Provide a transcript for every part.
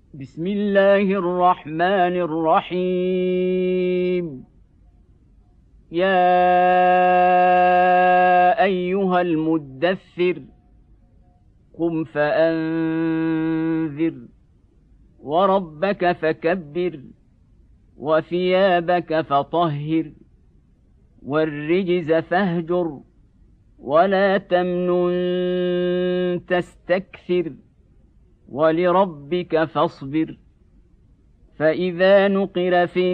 بسم الله الرحمن الرحيم. يا أيها المدثر قم فأنذر وربك فكبر وثيابك فطهر والرجز فاهجر ولا تمنن تستكثر ولربك فاصبر. فإذا نقر في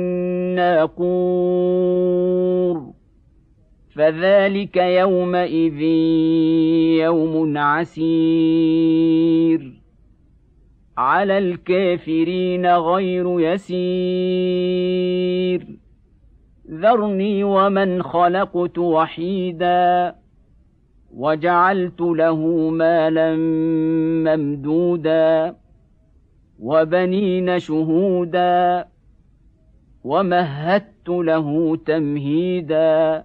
الناقور فذلك يومئذ يوم عسير على الكافرين غير يسير. ذرني ومن خلقت وحيدا وجعلت له مالا ممدودا وبنين شهودا ومهدت له تمهيدا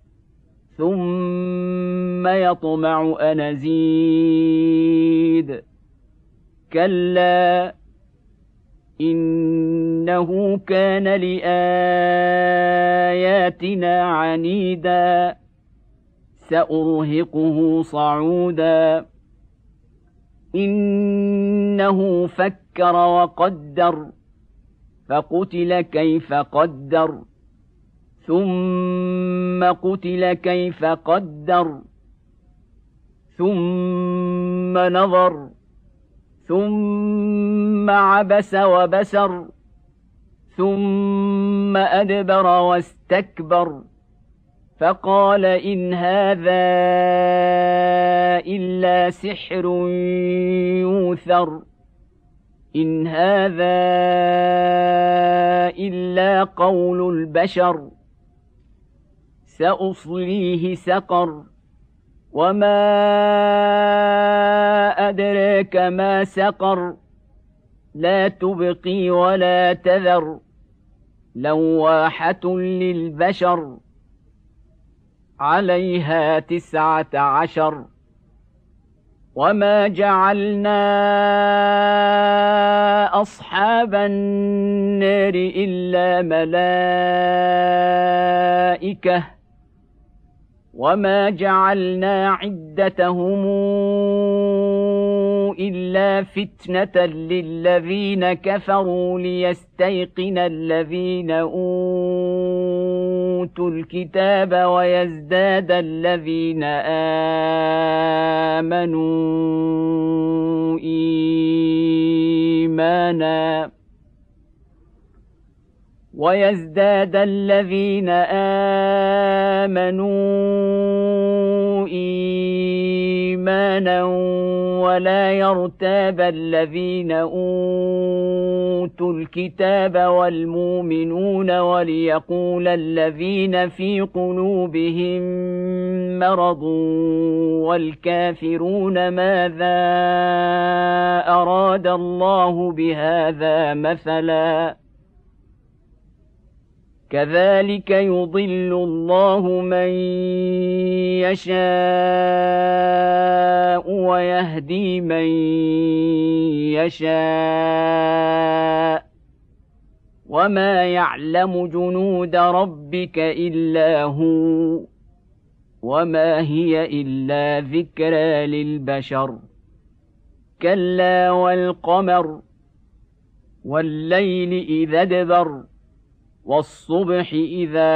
ثم يطمع أن أزيد. كلا إنه كان لآياتنا عنيدا سأرهقه صعودا. إنه فكر وقدر فقتل كيف قدر ثم قتل كيف قدر ثم نظر ثم عبس وبسر ثم أدبر واستكبر فقال إن هذا إلا سحر يوثر إن هذا إلا قول البشر سأصليه سقر وما أدراك ما سقر لا تبقي ولا تذر لواحة للبشر عليها 19. وما جعلنا أصحاب النار إلا ملائكة وما جعلنا عدتهم إلا فتنة للذين كفروا ليستيقن الذين أوتوا الكتاب ويزداد الذين آمنوا إيمانا ولا يرتاب الذين أوتوا الكتاب والمؤمنون وليقول الذين في قلوبهم مرض والكافرون ماذا أراد الله بهذا مثلا كذلك يضل الله من يشاء ويهدي من يشاء وما يعلم جنود ربك إلا هو وما هي إلا ذكرى للبشر. كلا والقمر والليل إذا ادبر والصبح إذا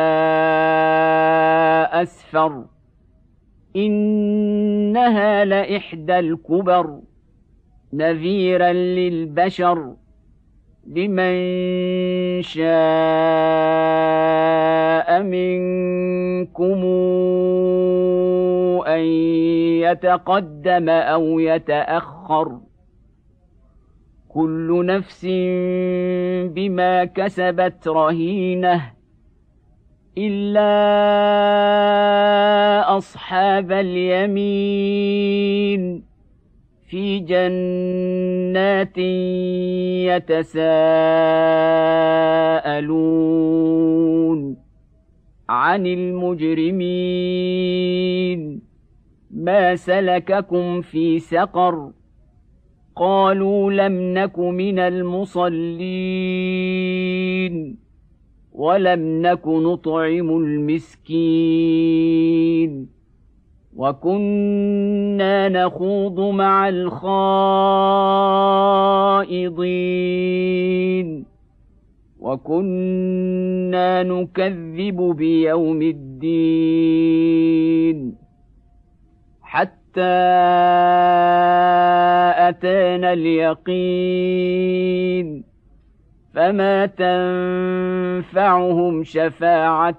أسفر إنها لإحدى الكبر نذيرا للبشر لمن شاء منكم أن يتقدم أو يتأخر كل نفس بما كسبت رهينة إلا أصحاب اليمين في جنات يتساءلون عن المجرمين ما سلككم في سقر قالوا لم نك من المصلين ولم نك نطعم المسكين وكنا نخوض مع الخائضين وكنا نكذب بيوم الدين حتى أتانا اليقين فما تنفعهم شفاعة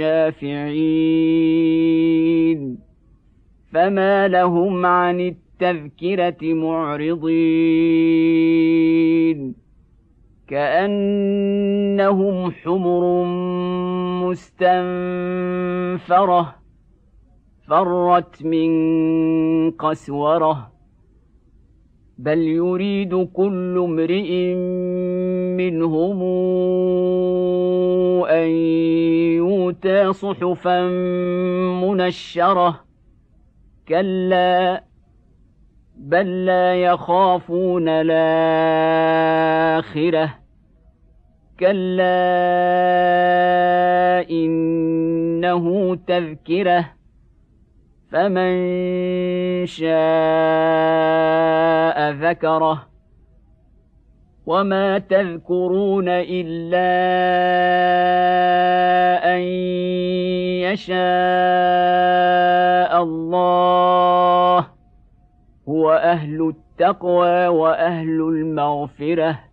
الشافعين فما لهم عن التذكرة معرضين كأنهم حمر مستنفرة فرت من قسورة بل يريد كل امرئ منهم أن يؤتى صحفا منشرة كلا بل لا يخافون الآخرة كلا إنه تذكرة فمن شاء ذكره وما تذكرون إلا أن يشاء الله هو أهل التقوى وأهل المغفرة